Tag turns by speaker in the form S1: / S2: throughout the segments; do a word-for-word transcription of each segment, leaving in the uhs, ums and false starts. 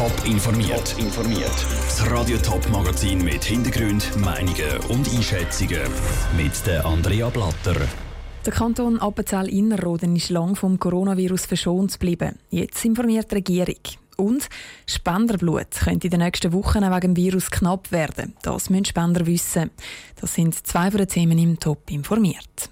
S1: Top informiert. informiert. Das Radio Top Magazin mit Hintergrund, Meinungen und Einschätzungen mit der Andrea Blatter.
S2: Der Kanton Appenzell-Innerrhoden ist lang vom Coronavirus verschont geblieben. Jetzt informiert die Regierung. Und Spenderblut könnte in den nächsten Wochen auch wegen dem Virus knapp werden. Das müssen Spender wissen. Das sind zwei von den Themen im Top informiert.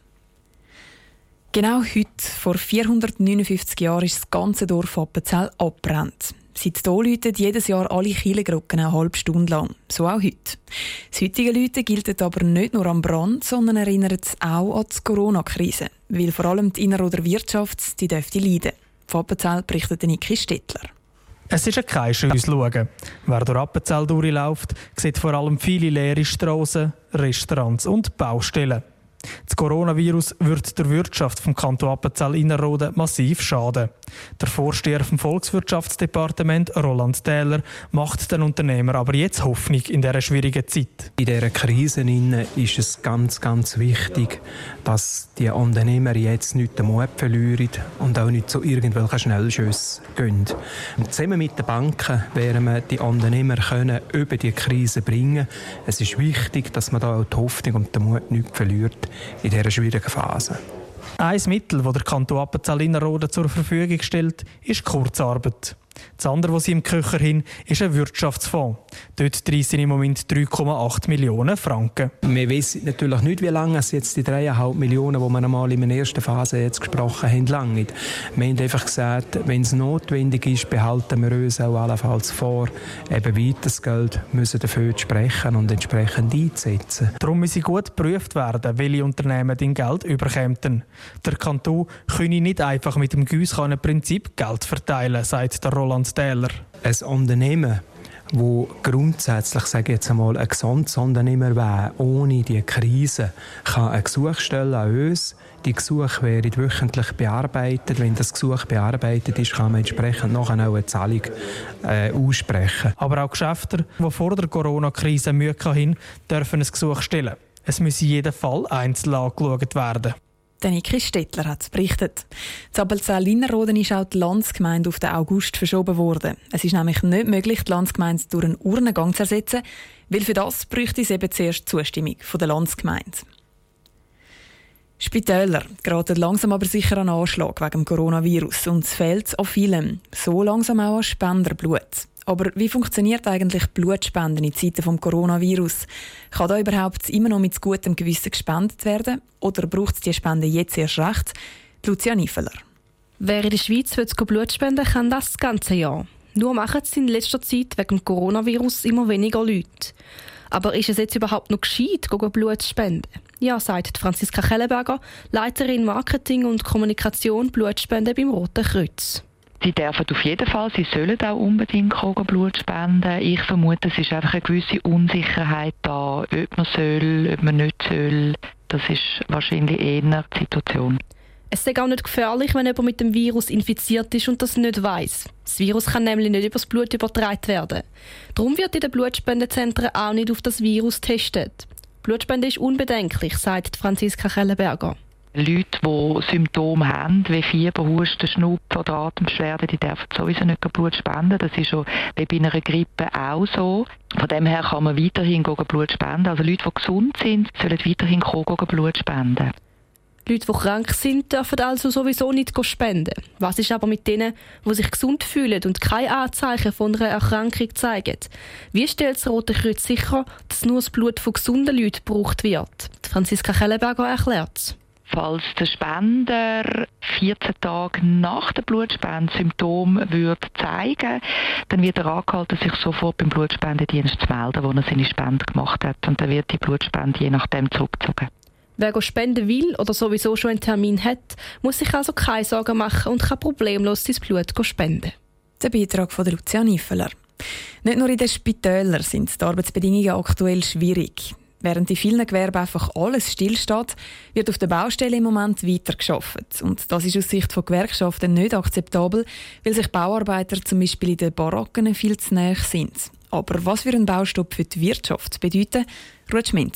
S2: Genau heute, vor vierhundertneunundfünfzig Jahren, ist das ganze Dorf Appenzell abgebrannt. Seitdem läuten jedes Jahr alle Kirchenglocken eine halbe Stunde lang. So auch heute. Das heutige Läuten gilt aber nicht nur am Brand, sondern erinnert auch an die Corona-Krise. Weil vor allem die Innerrhoder Wirtschaft die dürfte leiden. Von Appenzell berichtet Niki Stettler.
S3: Es ist kein schönes Schauen. Wer durch Appenzell durchläuft, sieht vor allem viele leere Strassen, Restaurants und Baustellen. Das Coronavirus wird der Wirtschaft vom Kanton Appenzell-Innerrhoden massiv schaden. Der Vorsteher vom Volkswirtschaftsdepartement, Roland Täler, macht den Unternehmern aber jetzt Hoffnung in dieser schwierigen Zeit.
S4: In dieser Krise ist es ganz, ganz wichtig, dass die Unternehmer jetzt nicht den Mut verlieren und auch nicht zu irgendwelchen Schnellschüssen gehen. Und zusammen mit den Banken werden wir die Unternehmer können über die Krise bringen. Es ist wichtig, dass man da auch die Hoffnung und den Mut nicht verliert in dieser schwierigen Phase.
S3: Ein Mittel, das der Kanton Appenzell-Innerrhoden zur Verfügung stellt, ist Kurzarbeit. Das andere, was sie im Köcher hin, ist ein Wirtschaftsfonds. Dort reissen im Moment drei Komma acht Millionen Franken.
S4: Wir wissen natürlich nicht, wie lange es jetzt die drei Komma fünf Millionen, die wir einmal in der ersten Phase jetzt gesprochen haben, lange. Wir haben einfach gesagt, wenn es notwendig ist, behalten wir uns auch allenfalls vor, eben weiteres Geld müssen dafür sprechen und entsprechend einzusetzen.
S3: Darum muss gut geprüft werden, welche Unternehmen den Geld überkämen. Der Kanton könne nicht einfach mit dem Giesskannenprinzip Geld verteilen, sagt der Roland Täler.
S4: Ein Unternehmen, wo grundsätzlich, sage ich jetzt einmal, ein gesundes Unternehmen wäre, ohne die Krise, kann ein Gesuch stellen an uns. Die Gesuche werden wöchentlich bearbeitet. Wenn das Gesuch bearbeitet ist, kann man entsprechend nachher auch eine Zahlung äh, aussprechen.
S3: Aber auch Geschäfte, die vor der Corona-Krise Mühe hatten, dürfen ein Gesuch stellen. Es muss in jedem Fall einzeln angeschaut werden.
S2: Der Niki Stettler hat es berichtet. In Appenzell-Innerrhoden ist auch die Landsgemeinde auf den August verschoben worden. Es ist nämlich nicht möglich, die Landsgemeinde durch einen Urnengang zu ersetzen, weil für das bräuchte es eben zuerst die Zustimmung von der Landsgemeinde. Spitäler geraten langsam aber sicher an Anschlag wegen dem Coronavirus und es fehlt an vielem, so langsam auch an Spenderblut. Aber wie funktioniert eigentlich Blutspenden in Zeiten des Coronavirus? Kann da überhaupt immer noch mit gutem Gewissen gespendet werden? Oder braucht es die Spende jetzt erst recht? Lucia Niefeler.
S5: Wer in der Schweiz Blut spenden will, kann das das ganze Jahr. Nur machen es in letzter Zeit wegen dem Coronavirus immer weniger Leute. Aber ist es jetzt überhaupt noch gescheit, Blut zu spenden? Ja, sagt Franziska Kellenberger, Leiterin Marketing und Kommunikation Blutspenden beim Roten Kreuz.
S6: Sie dürfen auf jeden Fall, sie sollen auch unbedingt Blut spenden. Ich vermute, es ist einfach eine gewisse Unsicherheit da, ob man soll, ob man nicht soll. Das ist wahrscheinlich eher die Situation.
S5: Es ist auch nicht gefährlich, wenn jemand mit dem Virus infiziert ist und das nicht weiss. Das Virus kann nämlich nicht über das Blut übertragen werden. Darum wird in den Blutspendezentren auch nicht auf das Virus getestet. Blutspende ist unbedenklich, sagt Franziska Kellenberger.
S6: Leute, die Symptome haben, wie Fieber, Husten, Schnupfen oder Atembeschwerden, die dürfen sowieso nicht Blut spenden. Das ist schon wie bei einer Grippe auch so. Von dem her kann man weiterhin Blut spenden. Also Leute, die gesund sind, sollen weiterhin Blut spenden.
S5: Leute, die krank sind, dürfen also sowieso nicht spenden. Was ist aber mit denen, die sich gesund fühlen und keine Anzeichen von einer Erkrankung zeigen? Wie stellt das Rote Kreuz sicher, dass nur das Blut von gesunden Leuten gebraucht wird? Franziska Kellenberger erklärt es.
S6: Falls der Spender vierzehn Tage nach der Blutspende Symptome würde zeigen, dann wird er angehalten, sich sofort beim Blutspendedienst zu melden, wo er seine Spende gemacht hat. Und dann wird die Blutspende je nachdem zurückgezogen.
S5: Wer spenden will oder sowieso schon einen Termin hat, muss sich also keine Sorgen machen und kann problemlos sein Blut spenden.
S2: Der Beitrag von Lucia Niefeler. Nicht nur in den Spitälern sind die Arbeitsbedingungen aktuell schwierig. Während in vielen Gewerben einfach alles stillsteht, wird auf der Baustelle im Moment weiter gearbeitet. Und das ist aus Sicht von Gewerkschaften nicht akzeptabel, weil sich Bauarbeiter zum Beispiel in den Baracken viel zu nahe sind. Aber was für ein Baustopp für die Wirtschaft bedeutet, Ruth Schminzi.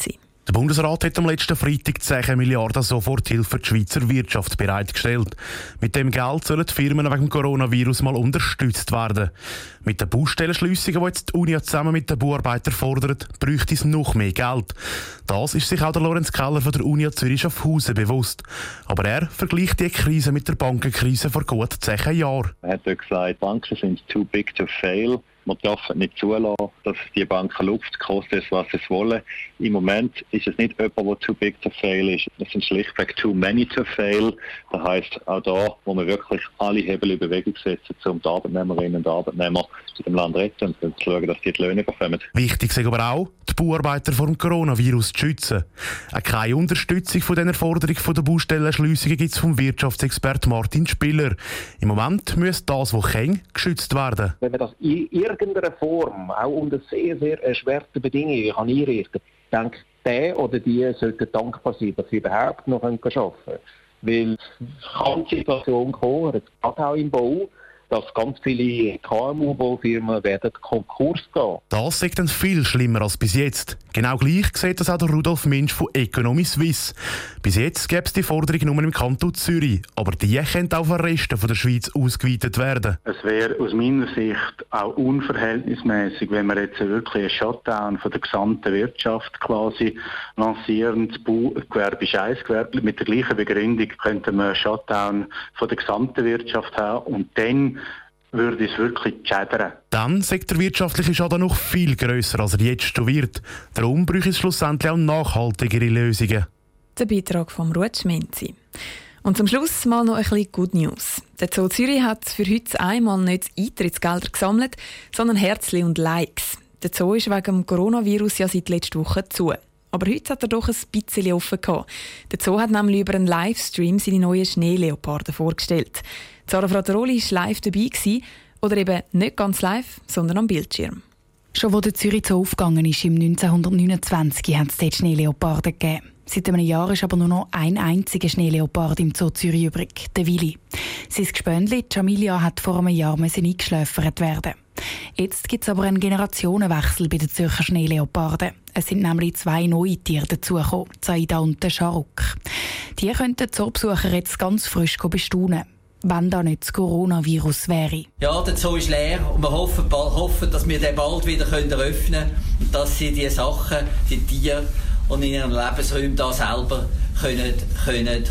S7: Der Bundesrat hat am letzten Freitag zehn Milliarden Soforthilfe für die Schweizer Wirtschaft bereitgestellt. Mit dem Geld sollen die Firmen wegen dem Coronavirus mal unterstützt werden. Mit den Baustellenschliessungen, die jetzt die Uni zusammen mit den Bauarbeitern fordert, bräuchte es noch mehr Geld. Das ist sich auch der Lorenz Keller von der Uni Zürich Schaffhausen bewusst. Aber er vergleicht die Krise mit der Bankenkrise vor gut zehn Jahren.
S8: Er hat gesagt, Banken sind too big to fail. Man darf nicht zulassen, dass die Banken Luft kosten, was sie wollen. Im Moment ist es nicht jemand, der too big to fail ist. Es sind schlichtweg too many to fail. Das heisst, auch da, wo wir wirklich alle Hebel in Bewegung setzen, um die Arbeitnehmerinnen und Arbeitnehmer in dem Land retten und zu schauen, dass die die Löhne bekommen.
S7: Wichtig ist aber auch, die Bauarbeiter vor dem Coronavirus zu schützen. Auch keine Unterstützung von dieser Forderung der Baustellenschliessungen gibt es vom Wirtschaftsexperten Martin Spiller. Im Moment muss das, was kann, geschützt werden.
S9: Wenn man das in irgendeiner Form, auch unter sehr, sehr erschwerten Bedingungen, kann einrichten kann, denke ich, der oder die sollten dankbar sein, dass sie überhaupt noch arbeiten können. Weil es kann die Situation kommen, gerade auch im Bau, dass ganz viele K M U-Baufirmen werden Konkurs gehen.
S7: Das ist dann viel schlimmer als bis jetzt. Genau gleich sieht das auch der Rudolf Minsch von Economy Suisse. Bis jetzt gäbe es die Forderung nur im Kanton Zürich, aber die könnte auch für den Rest der Schweiz ausgeweitet werden.
S10: Es wäre aus meiner Sicht auch unverhältnismäßig, wenn wir jetzt wirklich einen Shutdown von der gesamten Wirtschaft quasi lancieren. Das Baugewerbe ist ein Gewerbe. Mit der gleichen Begründung könnten wir einen Shutdown von der gesamten Wirtschaft haben und dann würde es wirklich schädern.
S7: Dann sagt der wirtschaftliche Schaden noch viel grösser, als er jetzt schon wird. Darum braucht es schlussendlich auch nachhaltigere Lösungen.
S2: Der Beitrag von Ruth Schmenzi. Und zum Schluss mal noch ein bisschen Good News. Der Zoo Zürich hat für heute einmal nicht Eintrittsgelder gesammelt, sondern Herzli und Likes. Der Zoo ist wegen dem Coronavirus ja seit letzter Woche zu. Aber heute hat er doch ein bisschen offen gehabt. Der Zoo hat nämlich über einen Livestream seine neuen Schneeleoparden vorgestellt. Sarah Frattaroli war live dabei gewesen, oder eben nicht ganz live, sondern am Bildschirm.
S11: Schon als der Zürich Zoo aufgegangen ist, im neunzehnhundertneunundzwanzig, hat es dort Schneeleoparden gegeben. Seit einem Jahr ist aber nur noch ein einziger Schneeleopard im Zoo Zürich übrig, der Willi. Sein Gespöndli, Jamilia, hat vor einem Jahr eingeschläfert werden. Jetzt gibt es aber einen Generationenwechsel bei den Zürcher Schneeleoparden. Es sind nämlich zwei neue Tiere dazugekommen, Zaida und der Scharuk. Die könnten die Zoobesucher jetzt ganz frisch bestaunen, wenn da nicht das Coronavirus wäre.
S12: Ja, der Zoo ist leer und wir hoffen, hoffen dass wir den bald wieder öffnen können und dass sie diese Sachen, die Tiere und in ihren Lebensräumen da selber können, können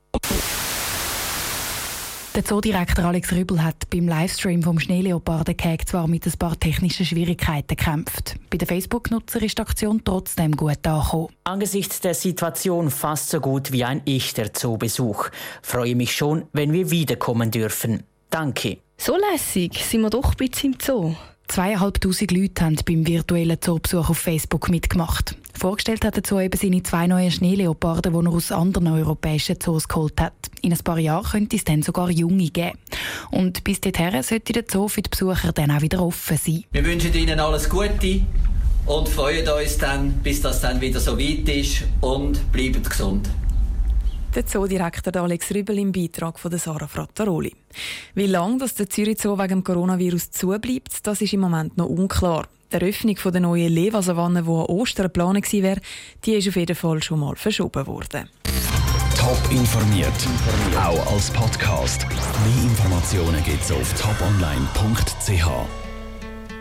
S11: Der Zoodirektor Alex Rübel hat beim Livestream vom Schneeleoparden-Gag zwar mit ein paar technischen Schwierigkeiten gekämpft. Bei den Facebook-Nutzern ist die Aktion trotzdem gut angekommen.
S13: Angesichts der Situation fast so gut wie ein echter Zoobesuch. Freue mich schon, wenn wir wiederkommen dürfen. Danke.
S5: So lässig sind wir doch ein bisschen im Zoo.
S11: Zweieinhalbtausend Leute haben beim virtuellen Zoobesuch auf Facebook mitgemacht. Vorgestellt hat der Zoo eben seine zwei neuen Schneeleoparden, die er aus anderen europäischen Zoos geholt hat. In ein paar Jahren könnte es dann sogar junge geben. Und bis dahin sollte der Zoo für die Besucher dann auch wieder offen sein.
S12: Wir wünschen Ihnen alles Gute und freuen uns dann, bis das dann wieder so weit ist, und bleiben gesund.
S2: Der Zoodirektor Alex Rübel im Beitrag von Sarah Frattaroli. Wie lange das der Zürich Zoo wegen dem Coronavirus zubleibt, das ist im Moment noch unklar. Die Eröffnung der neuen Lewa-Savanne, die an Ostern geplant gewesen wäre, die ist auf jeden Fall schon mal verschoben worden.
S1: Top informiert, auch als Podcast. Mehr Informationen gibt es auf top online punkt c h.